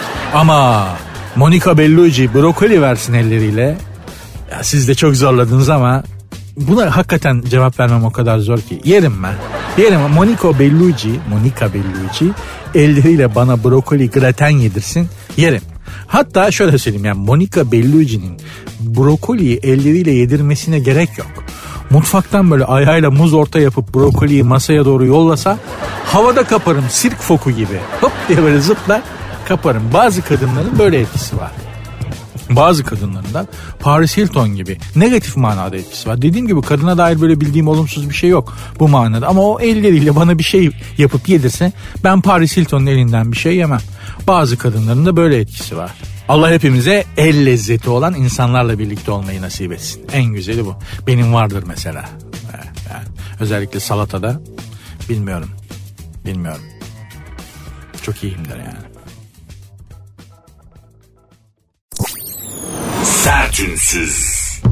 Ama Monica Bellucci brokoli versin elleriyle. Ya siz de çok zorladınız ama buna hakikaten cevap vermem o kadar zor ki. Yerim ben. Yerim. Monica Bellucci, Monica Bellucci elleriyle bana brokoli graten yedirsin. Yerim. Hatta şöyle söyleyeyim, yani Monica Bellucci'nin brokoliyi elleriyle yedirmesine gerek yok. Mutfaktan böyle ayağıyla muz orta yapıp brokoliyi masaya doğru yollasa havada kaparım, sirk foku gibi. Hop diye böyle zıplar kaparım. Bazı kadınların böyle etkisi var. Bazı kadınların da Paris Hilton gibi negatif manada etkisi var. Dediğim gibi kadına dair böyle bildiğim olumsuz bir şey yok bu manada. Ama o elleriyle bana bir şey yapıp yedirse ben Paris Hilton'un elinden bir şey yemem. Bazı kadınların da böyle etkisi var. Allah hepimize el lezzeti olan insanlarla birlikte olmayı nasip etsin. En güzeli bu. Benim vardır mesela. Yani özellikle salatada bilmiyorum. Bilmiyorum. Çok iyiyimdir yani. Sertünsüz.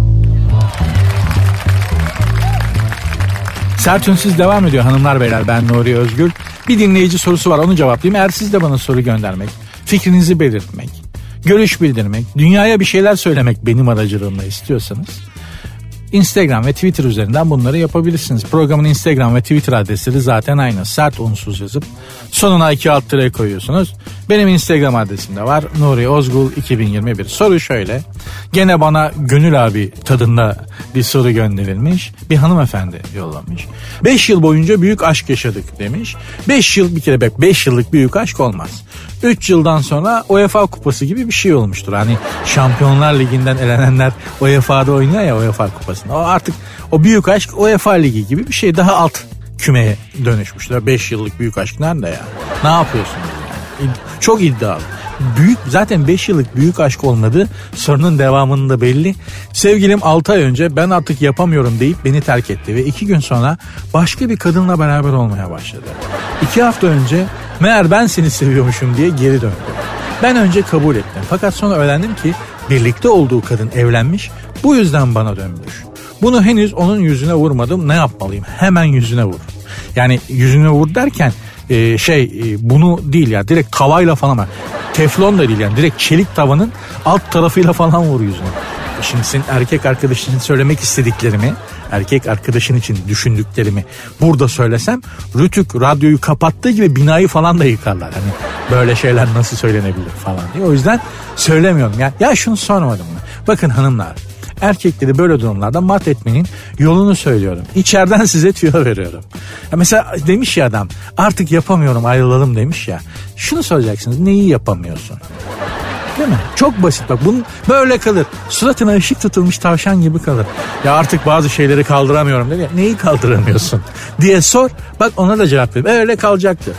Sertünsüz devam ediyor hanımlar beyler, ben Nuri Özgül. Bir dinleyici sorusu var, onu cevaplayayım. Eğer siz de bana soru göndermek, fikrinizi belirtmek, görüş bildirmek, dünyaya bir şeyler söylemek benim aracılığımla istiyorsanız Instagram ve Twitter üzerinden bunları yapabilirsiniz. Programın Instagram ve Twitter adresleri zaten aynı. Sert unsuz yazıp sonuna iki alt tire koyuyorsunuz. Benim Instagram adresim de var. Nuri Ozgul iki bin yirmi bir. Soru şöyle. Gene bana Gönül abi tadında bir soru gönderilmiş. Bir hanımefendi yollamış. beş yıl boyunca büyük aşk yaşadık demiş. beş yıl bir kere bak, beş yıllık büyük aşk olmaz. üç yıldan sonra UEFA kupası gibi bir şey olmuştur. Hani Şampiyonlar Ligi'nden elenenler U E F A'da oynuyor ya, UEFA kupasında. O artık o büyük aşk UEFA Ligi gibi bir şey, daha alt kümeye dönüşmüşler. beş yıllık büyük aşk nerede ya? Ne yapıyorsunuz yani? Çok iddialı. Büyük, zaten beş yıllık büyük aşk olmadı. Sorunun devamında belli. Sevgilim altı ay önce ben artık yapamıyorum deyip beni terk etti ve iki gün sonra başka bir kadınla beraber olmaya başladı. iki hafta önce meğer ben seni seviyormuşum diye geri döndü. Ben önce kabul ettim. Fakat sonra öğrendim ki birlikte olduğu kadın evlenmiş. Bu yüzden bana dönmüş. Bunu henüz onun yüzüne vurmadım. Ne yapmalıyım? Hemen yüzüne vur. Yani yüzüne vur derken e, şey e, bunu değil ya, direkt tavayla falan var. Teflon da değil yani, direkt çelik tavanın alt tarafıyla falan vur yüzüne. Şimdi senin erkek arkadaşın için söylemek istediklerimi, erkek arkadaşın için düşündüklerimi burada söylesem Rütük radyoyu kapattığı gibi binayı falan da yıkarlar. Hani böyle şeyler nasıl söylenebilir falan diye. O yüzden söylemiyorum. Ya, ya şunu sormadım mı? Bakın hanımlar, erkekleri böyle durumlarda mat etmenin yolunu söylüyorum. İçeriden size tüyo veriyorum. Ya mesela demiş ya adam, artık yapamıyorum ayrılalım demiş ya. Şunu soracaksınız, neyi yapamıyorsun? Değil mi? Çok basit bak, bunun böyle kalır. Suratına ışık tutulmuş tavşan gibi kalır. Ya artık bazı şeyleri kaldıramıyorum dedi ya. Neyi kaldıramıyorsun diye sor. Bak ona da cevap ver. Öyle kalacaktır.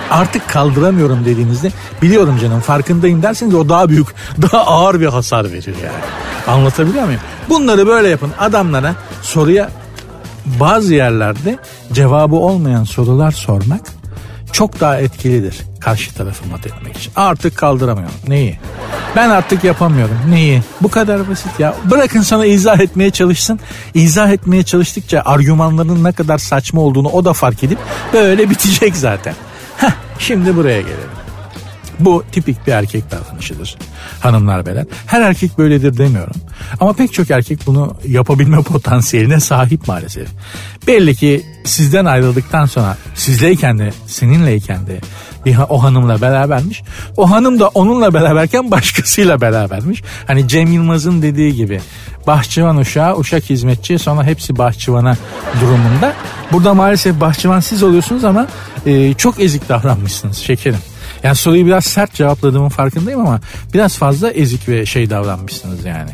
Artık kaldıramıyorum dediğinizde biliyorum canım farkındayım derseniz o daha büyük, daha ağır bir hasar verir yani. Anlatabiliyor muyum? Bunları böyle yapın. Adamlara soruya bazı yerlerde cevabı olmayan sorular sormak çok daha etkilidir karşı tarafı mat etmek için. Artık kaldıramıyorum. Neyi? Ben artık yapamıyorum. Neyi? Bu kadar basit ya. Bırakın sana izah etmeye çalışsın. İzah etmeye çalıştıkça argümanların ne kadar saçma olduğunu o da fark edip böyle bitecek zaten. Heh, şimdi buraya gelelim. Bu tipik bir erkek davranışıdır hanımlar beyler. Her erkek böyledir demiyorum. Ama pek çok erkek bunu yapabilme potansiyeline sahip maalesef. Belli ki sizden ayrıldıktan sonra sizleyken de seninleyken de bir o hanımla berabermiş. O hanım da onunla beraberken başkasıyla berabermiş. Hani Cem Yılmaz'ın dediği gibi bahçıvan uşağı, uşak hizmetçi sonra hepsi bahçıvana durumunda. Burada maalesef bahçıvan siz oluyorsunuz ama e, çok ezik davranmışsınız şekerim. Yani soruyu biraz sert cevapladığımın farkındayım ama biraz fazla ezik ve şey davranmışsınız yani.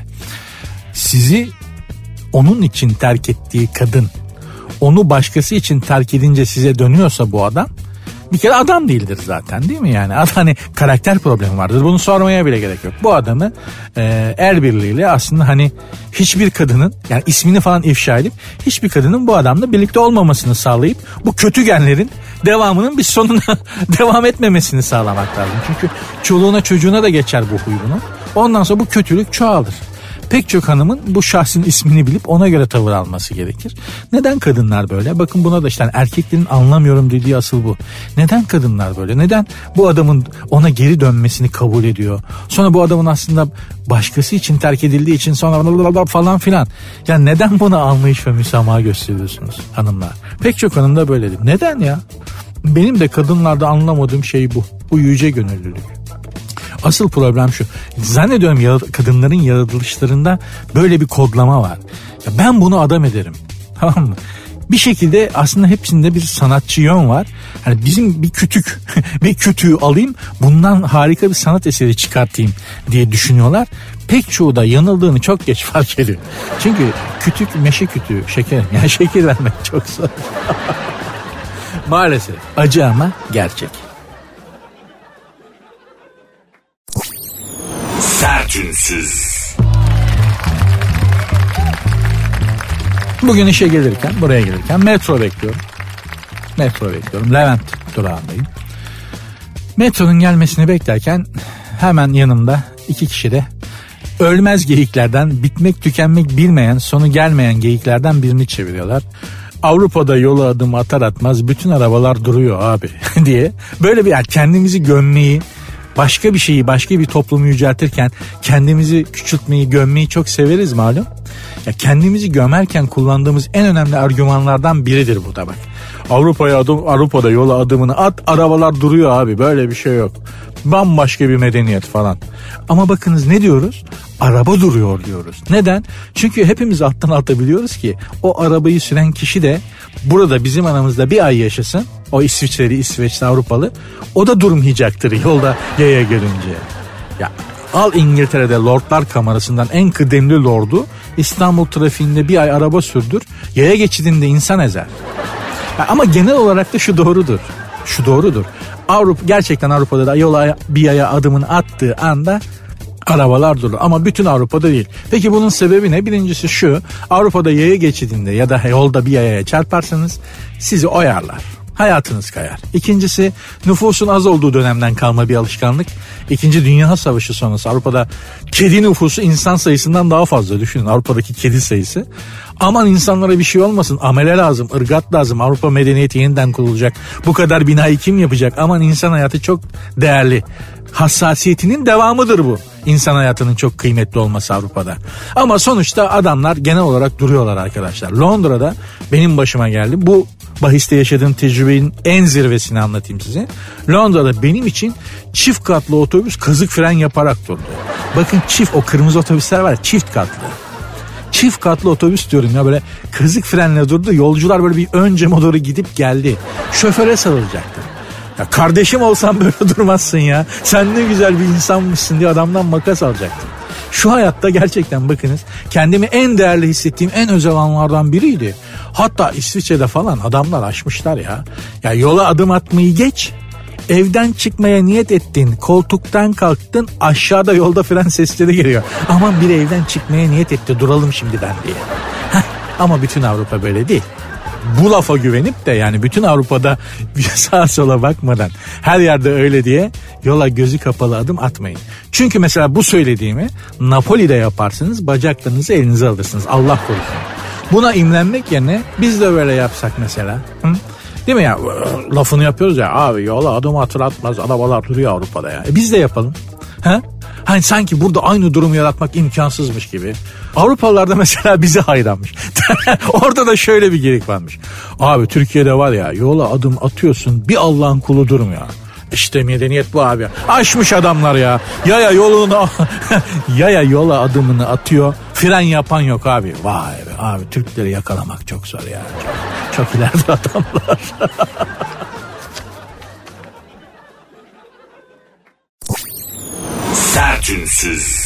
Sizi onun için terk ettiği kadın onu başkası için terk edince size dönüyorsa bu adam bir kere adam değildir zaten değil mi yani? Hani karakter problemi vardır. Bunu sormaya bile gerek yok. Bu adamı e, el birliğiyle aslında hani hiçbir kadının yani ismini falan ifşa edip hiçbir kadının bu adamla birlikte olmamasını sağlayıp bu kötü genlerin devamının bir sonuna devam etmemesini sağlamak lazım. Çünkü çoluğuna çocuğuna da geçer bu huy bunun. Ondan sonra bu kötülük çoğalır. Pek çok hanımın bu şahsın ismini bilip ona göre tavır alması gerekir. Neden kadınlar böyle? Bakın buna da işte erkeklerin anlamıyorum dediği asıl bu. Neden kadınlar böyle? Neden bu adamın ona geri dönmesini kabul ediyor? Sonra bu adamın aslında başkası için terk edildiği için sonra falan filan. Yani neden buna anlayış ve müsamaha gösteriyorsunuz hanımlar? Pek çok hanım da böyledir. Neden ya? Benim de kadınlarda anlamadığım şey bu. Bu yüce gönüllülük. Asıl problem şu. Zannediyorum ya, kadınların yaratılışlarında böyle bir kodlama var. Ya ben bunu adam ederim. Tamam mı? Bir şekilde aslında hepsinde bir sanatçı yön var. Hani bizim bir kütük, bir kütüğü alayım, bundan harika bir sanat eseri çıkartayım diye düşünüyorlar. Pek çoğu da yanıldığını çok geç fark ediyor. Çünkü kütük meşe kütüğü, şekerim. Yani şeker vermek çok zor. Maalesef. Acı ama gerçek. Sertünsüz. Bugün işe gelirken, buraya gelirken metro bekliyorum. Metro bekliyorum. Levent durağındayım. Metronun gelmesini beklerken hemen yanımda iki kişi de ölmez geyiklerden, bitmek tükenmek bilmeyen, sonu gelmeyen geyiklerden birini çeviriyorlar. Avrupa'da yola adım atar atmaz bütün arabalar duruyor abi diye. Böyle bir yani kendimizi gömmeyi, başka bir şeyi, başka bir toplumu yüceltirken kendimizi küçültmeyi, gömmeyi çok severiz malum. Ya kendimizi gömerken kullandığımız en önemli argümanlardan biridir bu da bak. Avrupa'ya adım, Avrupa'da yola adımını at, arabalar duruyor abi, böyle bir şey yok. Bambaşka bir medeniyet falan. Ama bakınız ne diyoruz? Araba duruyor diyoruz. Neden? Çünkü hepimiz alttan alta biliyoruz ki o arabayı süren kişi de burada bizim aramızda bir ay yaşasın. O İsviçreli, İsveçli, Avrupalı. O da durmayacaktır yolda yaya görünce. Ya al İngiltere'de Lordlar Kamerası'ndan en kıdemli lordu İstanbul trafiğinde bir ay araba sürdür. Yaya geçidinde insan ezer. Ya ama genel olarak da şu doğrudur. Şu doğrudur. Avrupa gerçekten Avrupa'da da yola bir yaya adımını attığı anda arabalar durur. Ama bütün Avrupa'da değil. Peki bunun sebebi ne? Birincisi şu. Avrupa'da yaya geçidinde ya da yolda bir yayaya çarparsanız sizi oyarlar. Hayatınız kayar. İkincisi nüfusun az olduğu dönemden kalma bir alışkanlık. İkinci Dünya Savaşı sonrası Avrupa'da kedi nüfusu insan sayısından daha fazla. Düşünün Avrupa'daki kedi sayısı. Aman insanlara bir şey olmasın. Amele lazım, ırgat lazım. Avrupa medeniyeti yeniden kurulacak. Bu kadar binayı kim yapacak? Aman insan hayatı çok değerli. Hassasiyetinin devamıdır bu. İnsan hayatının çok kıymetli olması Avrupa'da. Ama sonuçta adamlar genel olarak duruyorlar arkadaşlar. Londra'da benim başıma geldi. Bu bahiste yaşadığım tecrübenin en zirvesini anlatayım size. Londra'da benim için çift katlı otobüs kazık fren yaparak durdu. Bakın çift, o kırmızı otobüsler var ya, çift katlı. Çift katlı otobüs diyorum ya, böyle kazık frenle durdu. Yolcular böyle bir önce motoru gidip geldi. Şoföre sarılacaktı. Ya kardeşim olsan böyle durmazsın ya. Sen ne güzel bir insanmışsın diye adamdan makas alacaktım. Şu hayatta gerçekten bakınız kendimi en değerli hissettiğim en özel anlardan biriydi. Hatta İsviçre'de falan adamlar aşmışlar ya. Ya yola adım atmayı geç. Evden çıkmaya niyet ettin, koltuktan kalktın, aşağıda yolda fren sesleri geliyor. Aman biri evden çıkmaya niyet etti, duralım şimdiden diye. Heh, ama bütün Avrupa böyle değil. Bu lafa güvenip de yani bütün Avrupa'da sağa sola bakmadan her yerde öyle diye yola gözü kapalı adım atmayın. Çünkü mesela bu söylediğimi Napoli'de yaparsınız, bacaklarınızı elinize alırsınız. Allah korusun. Buna imrenmek yerine biz de böyle yapsak mesela. Hı? Değil mi ya? Lafını yapıyoruz ya abi, yola adım atır atmaz arabalar duruyor Avrupa'da ya. E biz de yapalım. Ha? Hani sanki burada aynı durumu yaratmak imkansızmış gibi. Avrupalılarda mesela bize hayranmış. Orada da şöyle bir gerek varmış. Abi Türkiye'de var ya, yola adım atıyorsun, bir Allah'ın kulu durmuyor. İşte medeniyet bu abi. Aşmış adamlar ya. Yaya yolunu yaya yola adımını atıyor. Fren yapan yok abi. Vay be abi, Türkleri yakalamak çok zor ya. Çok, çok ileride adamlar. Sertünsüz.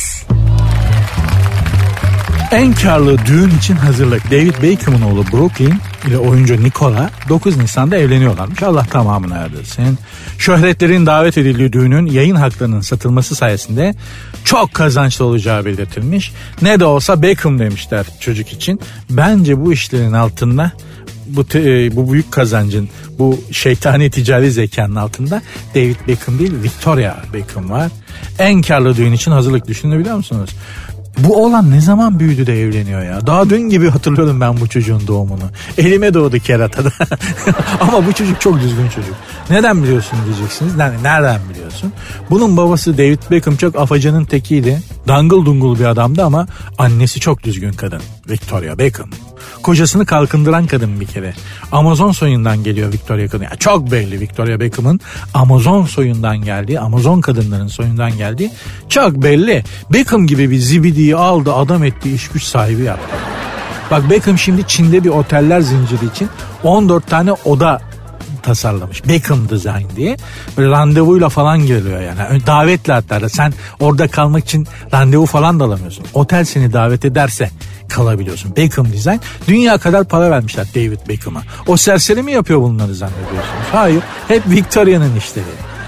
En karlı düğün için hazırlık. David Beckham'ın oğlu Brooklyn ile oyuncu Nicola dokuz Nisan'da evleniyorlarmış. Allah tamamını erdirsin. Şöhretlerin davet edildiği düğünün yayın haklarının satılması sayesinde çok kazançlı olacağı belirtilmiş. Ne de olsa Beckham demişler çocuk için. Bence bu işlerin altında bu, te, bu büyük kazancın, bu şeytani ticari zekanın altında David Beckham değil, Victoria Beckham var. En karlı düğün için hazırlık, düşünebiliyor musunuz? Bu oğlan ne zaman büyüdü de evleniyor ya? Daha dün gibi hatırlıyorum ben bu çocuğun doğumunu. Elime doğdu keratada. Ama bu çocuk çok düzgün çocuk. Neden biliyorsun diyeceksiniz. Nereden biliyorsun? Bunun babası David Beckham çok afacanın tekiydi. Dangıl dungul bir adamdı ama annesi çok düzgün kadın. Victoria Beckham. Kocasını kalkındıran kadın bir kere. Amazon soyundan geliyor Victoria kadın. Yani çok belli Victoria Beckham'ın Amazon soyundan geldiği, Amazon kadınların soyundan geldiği çok belli. Beckham gibi bir zibidiyi aldı, adam etti, iş güç sahibi yaptı. Bak Beckham şimdi Çin'de bir oteller zinciri için on dört tane oda tasarlamış. Beckham Design diye. Böyle randevuyla falan geliyor yani. Davetle hatta da sen orada kalmak için randevu falan da alamıyorsun. Otel seni davet ederse kalabiliyorsun. Beckham Design. Dünya kadar para vermişler David Beckham'a. O serseri mi yapıyor bunları zannediyorsunuz? Hayır. Hep Victoria'nın işleri.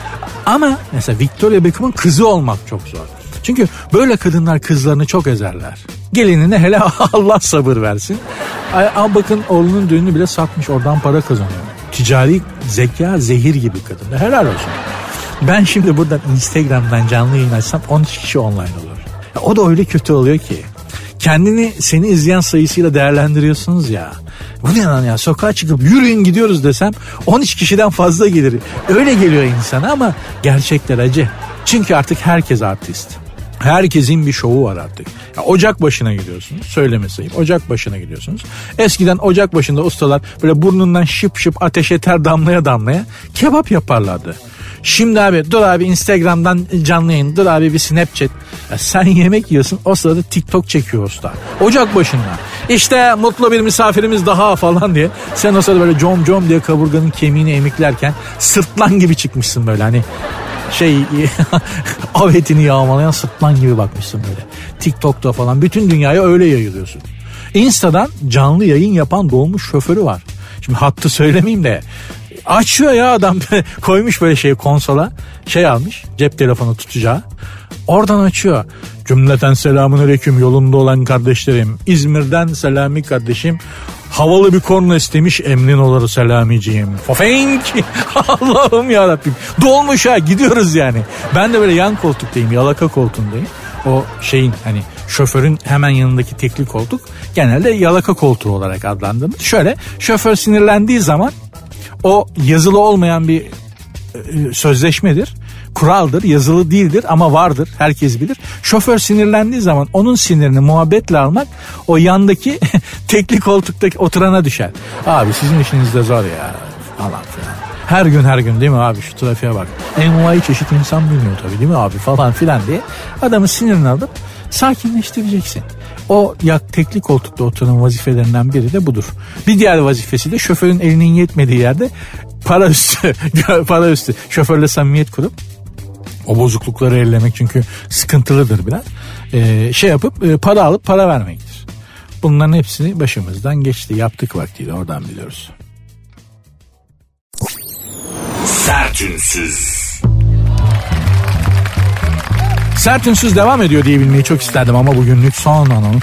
Ama mesela Victoria Beckham'ın kızı olmak çok zor. Çünkü böyle kadınlar kızlarını çok ezerler. Gelinine hele Allah sabır versin. Ama bakın oğlunun düğününü bile satmış, oradan para kazanıyor. Ticari zeka zehir gibi kadın. Helal olsun. Ben şimdi buradan Instagram'dan canlı yayın açsam on üç kişi online olur. Ya o da öyle kötü oluyor ki. Kendini seni izleyen sayısıyla değerlendiriyorsunuz ya. Bu ne lan ya, sokağa çıkıp yürüyün gidiyoruz desem on üç kişiden fazla gelir. Öyle geliyor insana ama gerçekler acı. Çünkü artık herkes artist. Herkesin bir şovu var artık. Ya ocak başına gidiyorsunuz. Söyleme sayayım. Ocak başına gidiyorsunuz. Eskiden ocak başında ustalar böyle burnundan şıp şıp ateşe ter damlaya damlaya kebap yaparlardı. Şimdi abi dur abi Instagram'dan canlı yayın, dur abi bir Snapchat. Ya sen yemek yiyorsun, o sırada TikTok çekiyor usta. Ocak başında. İşte mutlu bir misafirimiz daha falan diye. Sen o sırada böyle com com diye kaburganın kemiğini emiklerken sırtlan gibi çıkmışsın böyle hani. Şey av etini yağmalayan sırtlan gibi bakmışsın böyle. TikTok'ta falan bütün dünyaya öyle yayılıyorsun. Insta'dan canlı yayın yapan dolmuş şoförü var. Şimdi hattı söylemeyeyim de açıyor ya adam koymuş böyle şey konsola, şey almış cep telefonu tutacağı. Oradan açıyor. Cümleten selamünaleyküm yolunda olan kardeşlerim. İzmir'den Selami kardeşim havalı bir korna istemiş, emrin olur selamiciğim. Fofenk. Allah'ım yarabbim. Dolmuş ha, gidiyoruz yani. Ben de böyle yan koltuktayım, yalaka koltuğundayım. O şeyin hani şoförün hemen yanındaki tekli koltuk genelde yalaka koltuğu olarak adlandırılır. Şöyle şoför sinirlendiği zaman o yazılı olmayan bir sözleşmedir. Kuraldır, yazılı değildir ama vardır, herkes bilir. Şoför sinirlendiği zaman onun sinirini muhabbetle almak o yandaki tekli koltuktaki oturana düşer. Abi sizin işiniz de zor ya falan filan. Her gün her gün değil mi abi, şu trafiğe bak. Envai çeşit insan bilmiyor tabii değil mi abi falan filan diye adamın sinirini alıp sakinleştireceksin. O ya tekli koltukta oturan vazifelerinden biri de budur. Bir diğer vazifesi de şoförün elinin yetmediği yerde para üstü, para üstü şoförle samimiyet kurup o bozuklukları ellemek, çünkü sıkıntılıdır biraz. Ee, şey yapıp e, para alıp para vermektir. Bunların hepsini başımızdan geçti. Yaptık vaktiyle, oradan biliyoruz. Sertünsüz. Sertünsüz devam ediyor diye bilmeyi çok isterdim ama bugünlük son anons.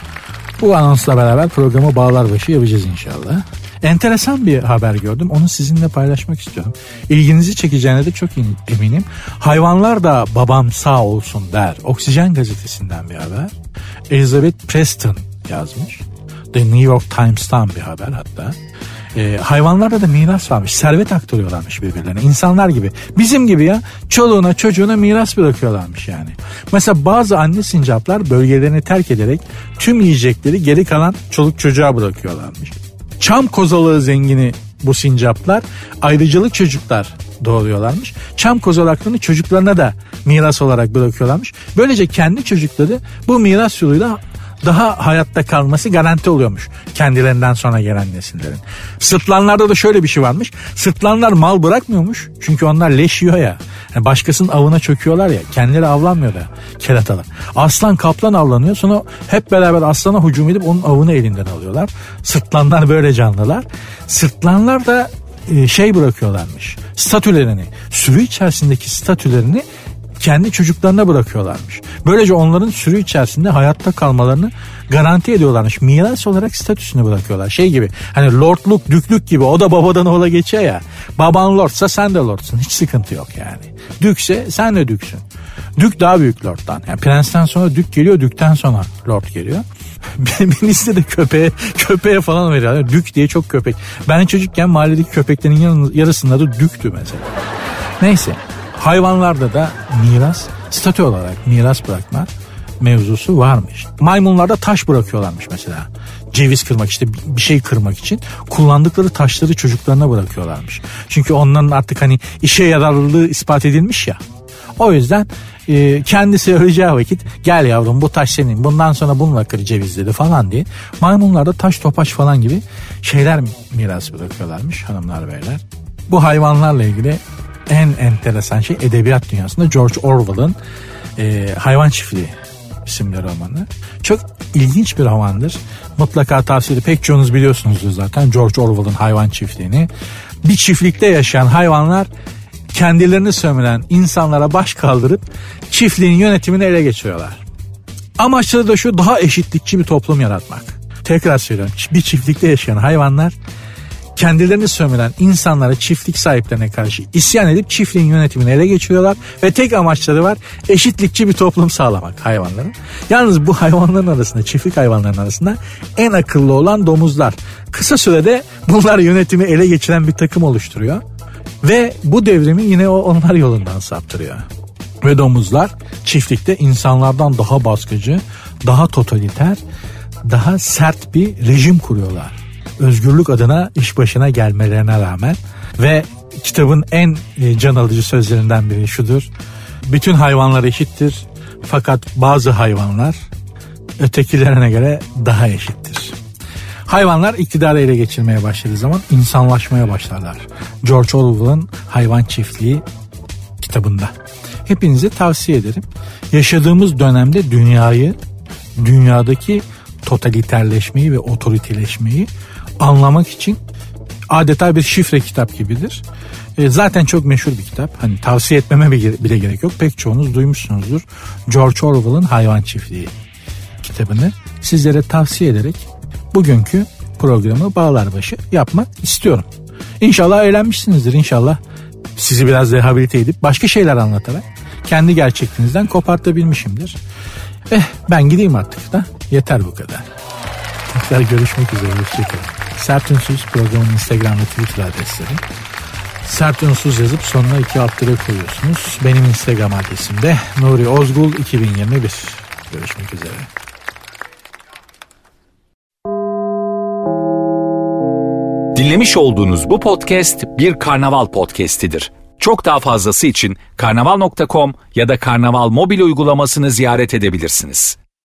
Bu anonsla beraber programı Bağlarbaşı yapacağız inşallah. Enteresan bir haber gördüm. Onu sizinle paylaşmak istiyorum. İlginizi çekeceğine de çok eminim. Hayvanlar da babam sağ olsun der. Oksijen gazetesinden bir haber. Elizabeth Preston yazmış. The New York Times'tan bir haber hatta. Ee, hayvanlarda da miras varmış. Servet aktarıyorlarmış birbirlerine. İnsanlar gibi. Bizim gibi ya. Çoluğuna çocuğuna miras bırakıyorlarmış yani. Mesela bazı anne sincaplar bölgelerini terk ederek tüm yiyecekleri geri kalan çoluk çocuğa bırakıyorlarmış. Çam kozalağı zengini bu sincaplar ayrıcalık çocuklar doğuruyorlarmış. Çam kozalaklarını çocuklarına da miras olarak bırakıyorlarmış. Böylece kendi çocukları bu miras yoluyla daha hayatta kalması garanti oluyormuş kendilerinden sonra gelen nesillerin. Sırtlanlarda da şöyle bir şey varmış. Sırtlanlar mal bırakmıyormuş. Çünkü onlar leş yiyor ya. Yani başkasının avına çöküyorlar ya. Kendileri avlanmıyor da keratalar. Aslan kaplan avlanıyor. Sonra hep beraber aslana hücum edip onun avını elinden alıyorlar. Sırtlanlar böyle canlılar. Sırtlanlar da şey bırakıyorlarmış. Statülerini, sürü içerisindeki statülerini kendi çocuklarına bırakıyorlarmış. Böylece onların sürü içerisinde hayatta kalmalarını garanti ediyorlarmış. Miras olarak statüsünü bırakıyorlar. Şey gibi hani lordluk, düklük gibi, o da babadan oğula geçiyor ya. Baban lordsa sen de lordsun. Hiç sıkıntı yok yani. Dükse sen de düksün. Dük daha büyük lorddan. Yani prensten sonra dük geliyor, dükten sonra lord geliyor. Bir listede köpeğe, köpeğe falan veriyorlar. Dük diye çok köpek. Ben çocukken mahalledeki köpeklerin yarısının adı düktü mesela. Neyse. Hayvanlarda da miras, statü olarak miras bırakma mevzusu varmış. Maymunlarda taş bırakıyorlarmış mesela. Ceviz kırmak, işte bir şey kırmak için kullandıkları taşları çocuklarına bırakıyorlarmış. Çünkü onların artık hani işe yararlılığı ispat edilmiş ya. O yüzden e, kendisi öleceği vakit gel yavrum bu taş senin, bundan sonra bununla kır cevizleri falan diye. Maymunlarda taş topaç falan gibi şeyler miras bırakıyorlarmış hanımlar beyler. Bu hayvanlarla ilgili en enteresan şey edebiyat dünyasında George Orwell'ın e, Hayvan Çiftliği isimli romanı. Çok ilginç bir romandır. Mutlaka tavsiye ederim. Pek çoğunuz biliyorsunuzdur zaten George Orwell'ın Hayvan Çiftliği'ni. Bir çiftlikte yaşayan hayvanlar kendilerini sömüren insanlara baş kaldırıp çiftliğin yönetimini ele geçiriyorlar. Amaçları da şu: daha eşitlikçi bir toplum yaratmak. Tekrar söylüyorum. Bir çiftlikte yaşayan hayvanlar kendilerini sömüren insanlara, çiftlik sahiplerine karşı isyan edip çiftliğin yönetimini ele geçiriyorlar ve tek amaçları var: eşitlikçi bir toplum sağlamak hayvanların. Yalnız bu hayvanların arasında, çiftlik hayvanların arasında en akıllı olan domuzlar. Kısa sürede bunlar yönetimi ele geçiren bir takım oluşturuyor ve bu devrimi yine onlar yolundan saptırıyor. Ve domuzlar çiftlikte insanlardan daha baskıcı, daha totaliter, daha sert bir rejim kuruyorlar. Özgürlük adına iş başına gelmelerine rağmen. Ve kitabın en can alıcı sözlerinden biri şudur: bütün hayvanlar eşittir fakat bazı hayvanlar ötekilerine göre daha eşittir. Hayvanlar iktidarı ele geçirmeye başladığı zaman insanlaşmaya başlarlar. George Orwell'ın Hayvan Çiftliği kitabında. Hepinize tavsiye ederim. Yaşadığımız dönemde dünyayı, dünyadaki totaliterleşmeyi ve otoriterleşmeyi anlamak için adeta bir şifre kitap gibidir. E, zaten çok meşhur bir kitap. Hani tavsiye etmeme bile gerek yok. Pek çoğunuz duymuşsunuzdur. George Orwell'ın Hayvan Çiftliği kitabını sizlere tavsiye ederek bugünkü programı Bağlarbaşı yapmak istiyorum. İnşallah eğlenmişsinizdir. İnşallah sizi biraz rehabilite edip başka şeyler anlatarak kendi gerçekliğinizden kopartabilmişimdir. Eh ben gideyim artık da yeter bu kadar. Tekrar görüşmek üzere. Hoşçakalın. Sertünsüz programın Instagram ve Twitter adresleri. Sertünsüz yazıp sonuna iki alt tire koyuyorsunuz. Benim Instagram adresim de Nuri Ozgul iki bin yirmi bir. Görüşmek üzere. Dinlemiş olduğunuz bu podcast bir Karnaval podcastidir. Çok daha fazlası için karnaval nokta com ya da Karnaval mobil uygulamasını ziyaret edebilirsiniz.